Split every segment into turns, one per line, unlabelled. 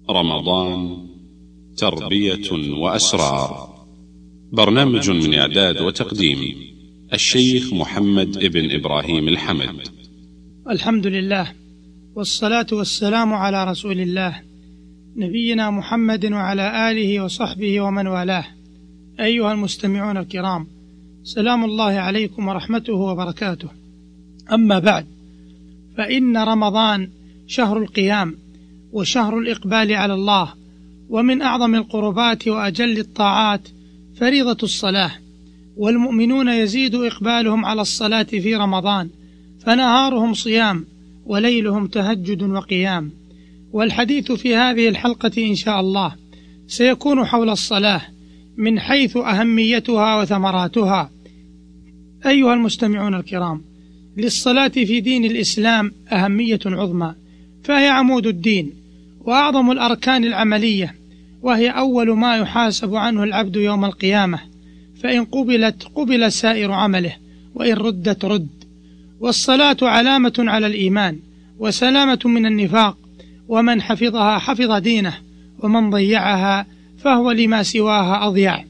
رمضان تربية وأسرار. برنامج من إعداد وتقديم الشيخ محمد ابن إبراهيم الحمد.
الحمد لله والصلاة والسلام على رسول الله نبينا محمد وعلى آله وصحبه ومن والاه. أيها المستمعون الكرام، سلام الله عليكم ورحمته وبركاته. أما بعد، فإن رمضان شهر القيام وشهر الإقبال على الله، ومن أعظم القربات وأجل الطاعات فريضة الصلاة، والمؤمنون يزيد إقبالهم على الصلاة في رمضان، فنهارهم صيام وليلهم تهجد وقيام. والحديث في هذه الحلقة إن شاء الله سيكون حول الصلاة من حيث أهميتها وثمراتها. أيها المستمعون الكرام، للصلاة في دين الإسلام أهمية عظمى، فهي عمود الدين وأعظم الأركان العملية، وهي أول ما يحاسب عنه العبد يوم القيامة، فإن قبلت قبل سائر عمله، وإن ردت رد. والصلاة علامة على الإيمان وسلامة من النفاق، ومن حفظها حفظ دينه، ومن ضيعها فهو لما سواها أضيع.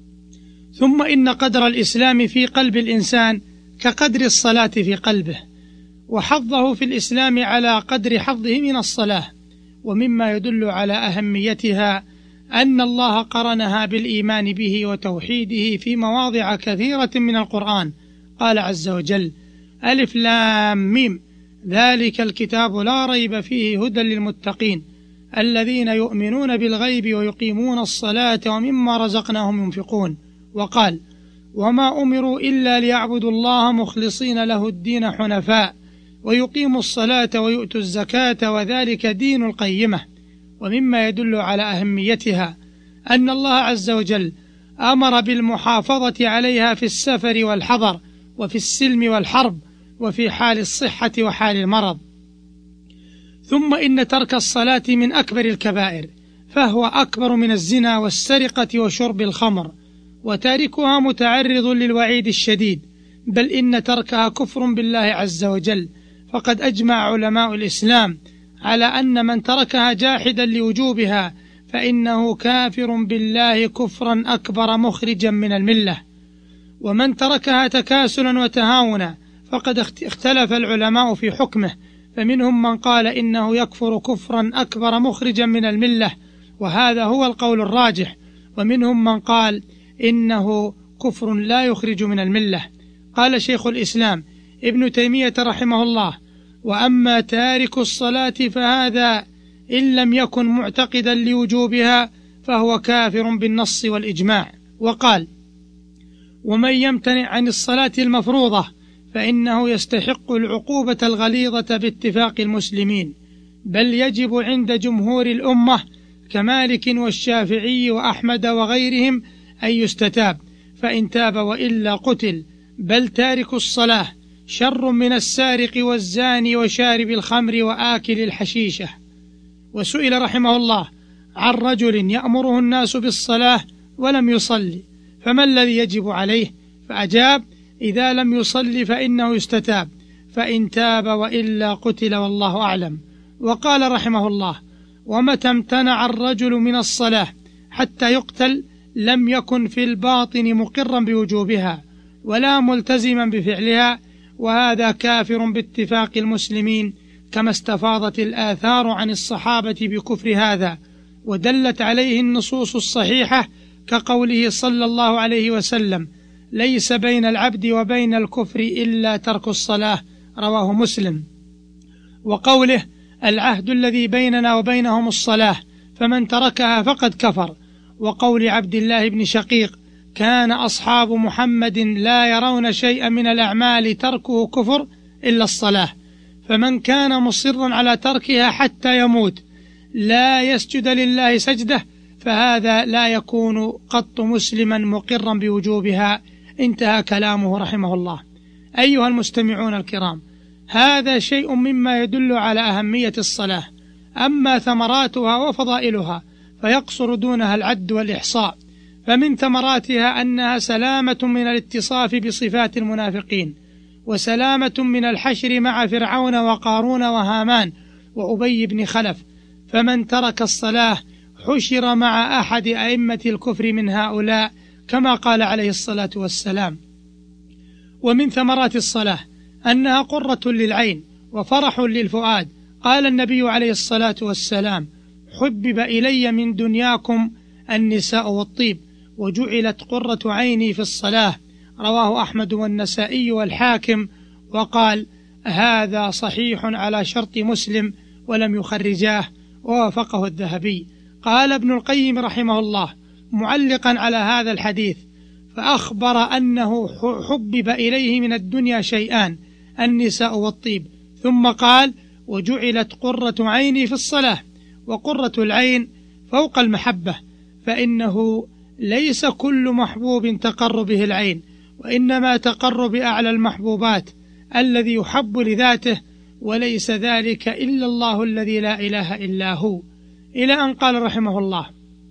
ثم إن قدر الإسلام في قلب الإنسان كقدر الصلاة في قلبه، وحظه في الإسلام على قدر حظه من الصلاة. ومما يدل على أهميتها أن الله قرنها بالإيمان به وتوحيده في مواضع كثيرة من القرآن. قال عز وجل: ألف لام ميم ذلك الكتاب لا ريب فيه هدى للمتقين الذين يؤمنون بالغيب ويقيمون الصلاة ومما رزقناهم ينفقون. وقال: وما أمروا إلا ليعبدوا الله مخلصين له الدين حنفاء ويقيموا الصلاة ويؤتوا الزكاة وذلك دين القيمة. ومما يدل على أهميتها أن الله عز وجل أمر بالمحافظة عليها في السفر والحضر، وفي السلم والحرب، وفي حال الصحة وحال المرض. ثم إن ترك الصلاة من أكبر الكبائر، فهو أكبر من الزنا والسرقة وشرب الخمر، وتاركها متعرض للوعيد الشديد، بل إن تركها كفر بالله عز وجل. فقد أجمع علماء الإسلام على أن من تركها جاحدا لوجوبها فإنه كافر بالله كفرا أكبر مخرجا من الملة. ومن تركها تكاسلا وتهاونا فقد اختلف العلماء في حكمه، فمنهم من قال إنه يكفر كفرا أكبر مخرجا من الملة، وهذا هو القول الراجح، ومنهم من قال إنه كفر لا يخرج من الملة. قال شيخ الإسلام ابن تيمية رحمه الله: وأما تارك الصلاة فهذا إن لم يكن معتقدا لوجوبها فهو كافر بالنص والإجماع. وقال: ومن يمتنع عن الصلاة المفروضة فإنه يستحق العقوبة الغليظة باتفاق المسلمين، بل يجب عند جمهور الأمة كمالك والشافعي وأحمد وغيرهم أن يستتاب، فإن تاب وإلا قتل. بل تارك الصلاة شر من السارق والزاني وشارب الخمر وآكل الحشيشة. وسئل رحمه الله عن رجل يأمره الناس بالصلاة ولم يصلي، فما الذي يجب عليه؟ فأجاب: إذا لم يصلي فإنه يستتاب، فإن تاب وإلا قتل، والله أعلم. وقال رحمه الله: ومتى امتنع الرجل من الصلاة حتى يقتل لم يكن في الباطن مقرا بوجوبها ولا ملتزما بفعلها، وهذا كافر باتفاق المسلمين، كما استفاضت الآثار عن الصحابة بكفر هذا، ودلت عليه النصوص الصحيحة كقوله صلى الله عليه وسلم: ليس بين العبد وبين الكفر إلا ترك الصلاة، رواه مسلم. وقوله: العهد الذي بيننا وبينهم الصلاة فمن تركها فقد كفر. وقول عبد الله بن شقيق: كان أصحاب محمد لا يرون شيئا من الأعمال تركه كفر إلا الصلاة، فمن كان مصرا على تركها حتى يموت لا يسجد لله سجدة فهذا لا يكون قط مسلما مقرا بوجوبها. انتهى كلامه رحمه الله. أيها المستمعون الكرام، هذا شيء مما يدل على أهمية الصلاة. أما ثمراتها وفضائلها فيقصر دونها العد والإحصاء. فمن ثمراتها أنها سلامة من الاتصاف بصفات المنافقين، وسلامة من الحشر مع فرعون وقارون وهامان وأبي بن خلف، فمن ترك الصلاة حشر مع أحد أئمة الكفر من هؤلاء، كما قال عليه الصلاة والسلام. ومن ثمرات الصلاة أنها قرة للعين وفرح للفؤاد. قال النبي عليه الصلاة والسلام: حبب إلي من دنياكم النساء والطيب، وجعلت قرة عيني في الصلاة. رواه أحمد والنسائي والحاكم، وقال: هذا صحيح على شرط مسلم ولم يخرجاه، ووافقه الذهبي. قال ابن القيم رحمه الله معلقا على هذا الحديث: فأخبر أنه حبب إليه من الدنيا شيئان: النساء والطيب، ثم قال: وجعلت قرة عيني في الصلاة. وقرة العين فوق المحبة، فإنه ليس كل محبوب تقر به العين، وإنما تقر بأعلى المحبوبات الذي يحب لذاته، وليس ذلك إلا الله الذي لا إله إلا هو. إلى أن قال رحمه الله: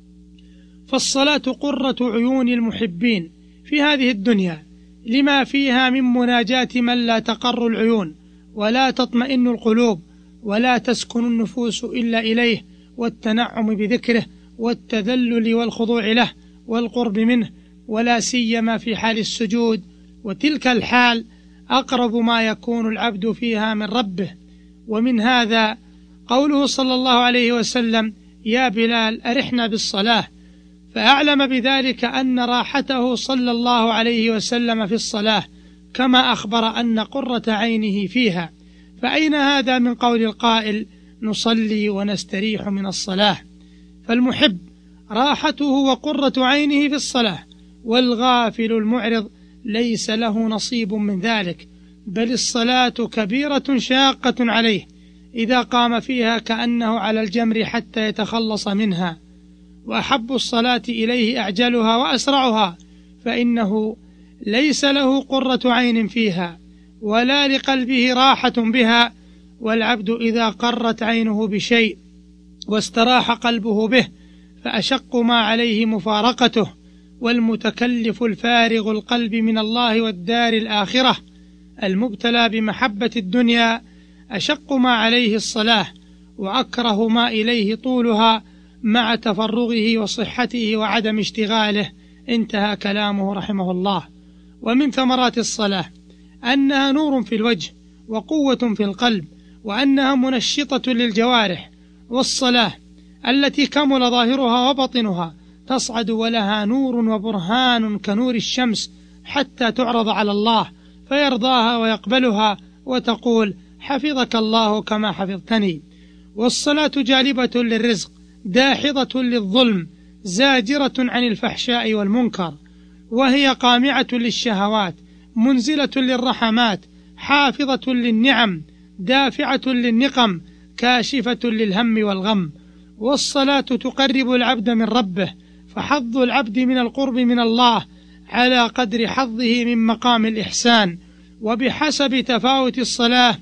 فالصلاة قرة عيون المحبين في هذه الدنيا، لما فيها من مناجاة من لا تقر العيون ولا تطمئن القلوب ولا تسكن النفوس إلا إليه، والتنعم بذكره والتذلل والخضوع له والقرب منه، ولا سيما في حال السجود، وتلك الحال أقرب ما يكون العبد فيها من ربه. ومن هذا قوله صلى الله عليه وسلم: يا بلال أرحنا بالصلاة، فأعلم بذلك أن راحته صلى الله عليه وسلم في الصلاة، كما أخبر أن قرة عينه فيها. فأين هذا من قول القائل: نصلي ونستريح من الصلاة؟ فالمحب راحته وقرة عينه في الصلاة، والغافل المعرض ليس له نصيب من ذلك، بل الصلاة كبيرة شاقة عليه، إذا قام فيها كأنه على الجمر حتى يتخلص منها. وأحب الصلاة إليه أعجلها وأسرعها، فإنه ليس له قرة عين فيها ولا لقلبه راحة بها. والعبد إذا قرت عينه بشيء واستراح قلبه به فأشق ما عليه مفارقته. والمتكلف الفارغ القلب من الله والدار الآخرة المبتلى بمحبة الدنيا أشق ما عليه الصلاة، وأكره ما إليه طولها مع تفرغه وصحته وعدم اشتغاله. انتهى كلامه رحمه الله. ومن ثمرات الصلاة أنها نور في الوجه وقوة في القلب، وأنها منشطة للجوارح. والصلاة التي كمل ظاهرها وبطنها تصعد ولها نور وبرهان كنور الشمس، حتى تعرض على الله فيرضاها ويقبلها، وتقول: حفظك الله كما حفظتني. والصلاة جالبة للرزق، داحضة للظلم، زاجرة عن الفحشاء والمنكر، وهي قامعة للشهوات، منزلة للرحمات، حافظة للنعم، دافعة للنقم، كاشفة للهم والغم. والصلاة تقرب العبد من ربه، فحظ العبد من القرب من الله على قدر حظه من مقام الإحسان، وبحسب تفاوت الصلاة،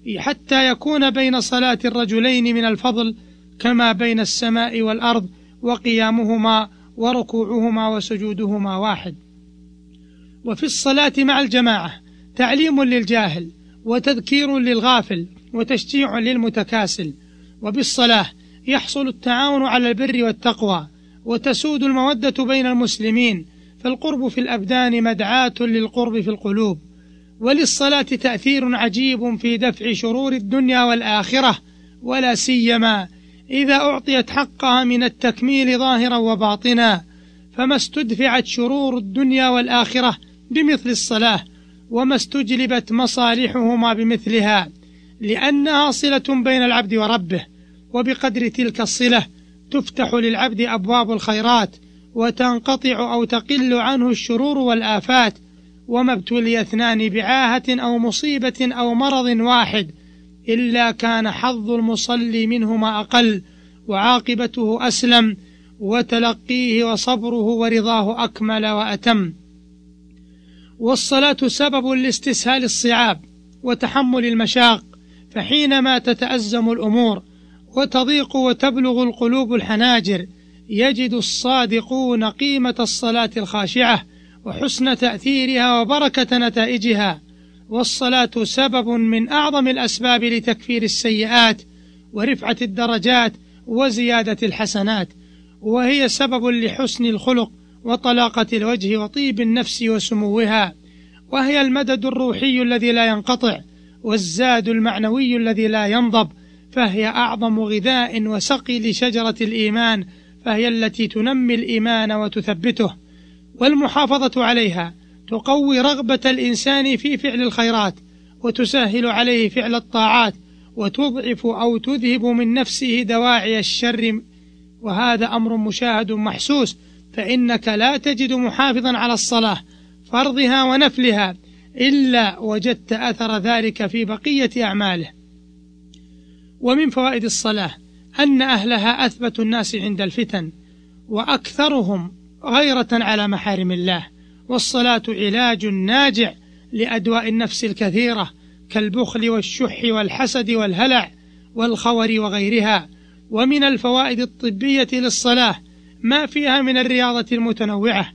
حتى يكون بين صلاة الرجلين من الفضل كما بين السماء والأرض، وقيامهما وركوعهما وسجودهما واحد. وفي الصلاة مع الجماعة تعليم للجاهل وتذكير للغافل وتشجيع للمتكاسل. وبالصلاة يحصل التعاون على البر والتقوى، وتسود المودة بين المسلمين، فالقرب في الأبدان مدعاة للقرب في القلوب. وللصلاة تأثير عجيب في دفع شرور الدنيا والآخرة، ولا سيما إذا أعطيت حقها من التكميل ظاهرا وباطنا، فما استدفعت شرور الدنيا والآخرة بمثل الصلاة، وما استجلبت مصالحهما بمثلها، لأنها صلة بين العبد وربه، وبقدر تلك الصلة تفتح للعبد أبواب الخيرات، وتنقطع أو تقل عنه الشرور والآفات. وما ابتلي اثنان بعاهة أو مصيبة أو مرض واحد إلا كان حظ المصلي منهما أقل، وعاقبته أسلم، وتلقيه وصبره ورضاه أكمل وأتم. والصلاة سبب لاستسهال الصعاب وتحمل المشاق، فحينما تتأزم الأمور وتضيق وتبلغ القلوب الحناجر يجد الصادقون قيمة الصلاة الخاشعة وحسن تأثيرها وبركة نتائجها. والصلاة سبب من أعظم الأسباب لتكفير السيئات ورفعة الدرجات وزيادة الحسنات، وهي سبب لحسن الخلق وطلاقة الوجه وطيب النفس وسموها، وهي المدد الروحي الذي لا ينقطع والزاد المعنوي الذي لا ينضب، فهي أعظم غذاء وسقي لشجرة الإيمان، فهي التي تنمي الإيمان وتثبته، والمحافظة عليها تقوي رغبة الإنسان في فعل الخيرات وتسهل عليه فعل الطاعات، وتضعف أو تذهب من نفسه دواعي الشر، وهذا أمر مشاهد محسوس، فإنك لا تجد محافظا على الصلاة فرضها ونفلها إلا وجدت أثر ذلك في بقية أعماله. ومن فوائد الصلاة أن أهلها أثبت الناس عند الفتن وأكثرهم غيرة على محارم الله، والصلاة علاج ناجع لأدواء النفس الكثيرة كالبخل والشح والحسد والهلع والخور وغيرها. ومن الفوائد الطبية للصلاة ما فيها من الرياضة المتنوعة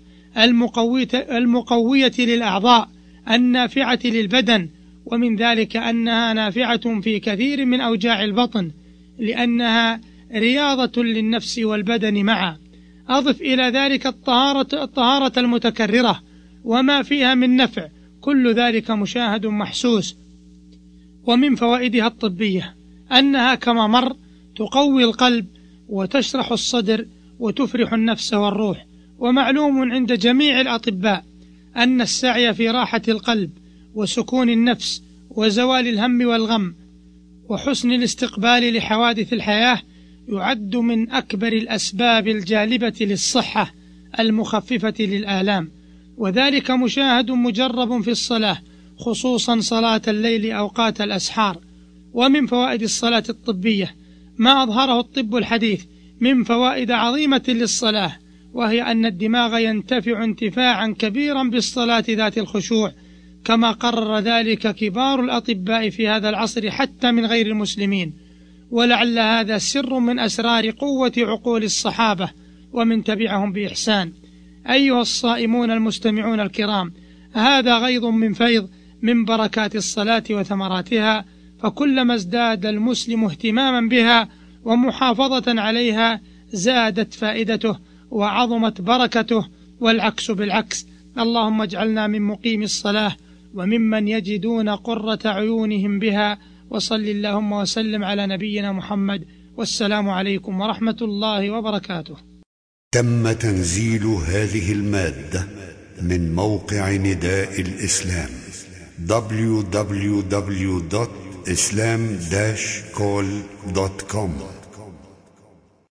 المقوية للأعضاء النافعة للبدن، ومن ذلك أنها نافعة في كثير من أوجاع البطن لأنها رياضة للنفس والبدن معا. أضف إلى ذلك الطهارة المتكررة وما فيها من نفع، كل ذلك مشاهد محسوس. ومن فوائدها الطبية أنها كما مر تقوي القلب وتشرح الصدر وتفرح النفس والروح. ومعلوم عند جميع الأطباء أن السعي في راحة القلب وسكون النفس وزوال الهم والغم وحسن الاستقبال لحوادث الحياة يعد من أكبر الأسباب الجالبة للصحة المخففة للآلام، وذلك مشاهد مجرب في الصلاة، خصوصا صلاة الليل أوقات الأسحار. ومن فوائد الصلاة الطبية ما أظهره الطب الحديث من فوائد عظيمة للصلاة، وهي أن الدماغ ينتفع انتفاعا كبيرا بالصلاة ذات الخشوع، كما قرر ذلك كبار الأطباء في هذا العصر حتى من غير المسلمين، ولعل هذا سر من أسرار قوة عقول الصحابة ومن تبعهم بإحسان. أيها الصائمون المستمعون الكرام، هذا غيض من فيض من بركات الصلاة وثمراتها، فكلما ازداد المسلم اهتماما بها ومحافظة عليها زادت فائدته وعظمت بركته، والعكس بالعكس. اللهم اجعلنا من مقيم الصلاة وممن يجدون قرة عيونهم بها، وصل اللهم وسلم على نبينا محمد، والسلام عليكم ورحمة الله وبركاته.
تم تنزيل هذه المادة من موقع نداء الإسلام www.islam-call.com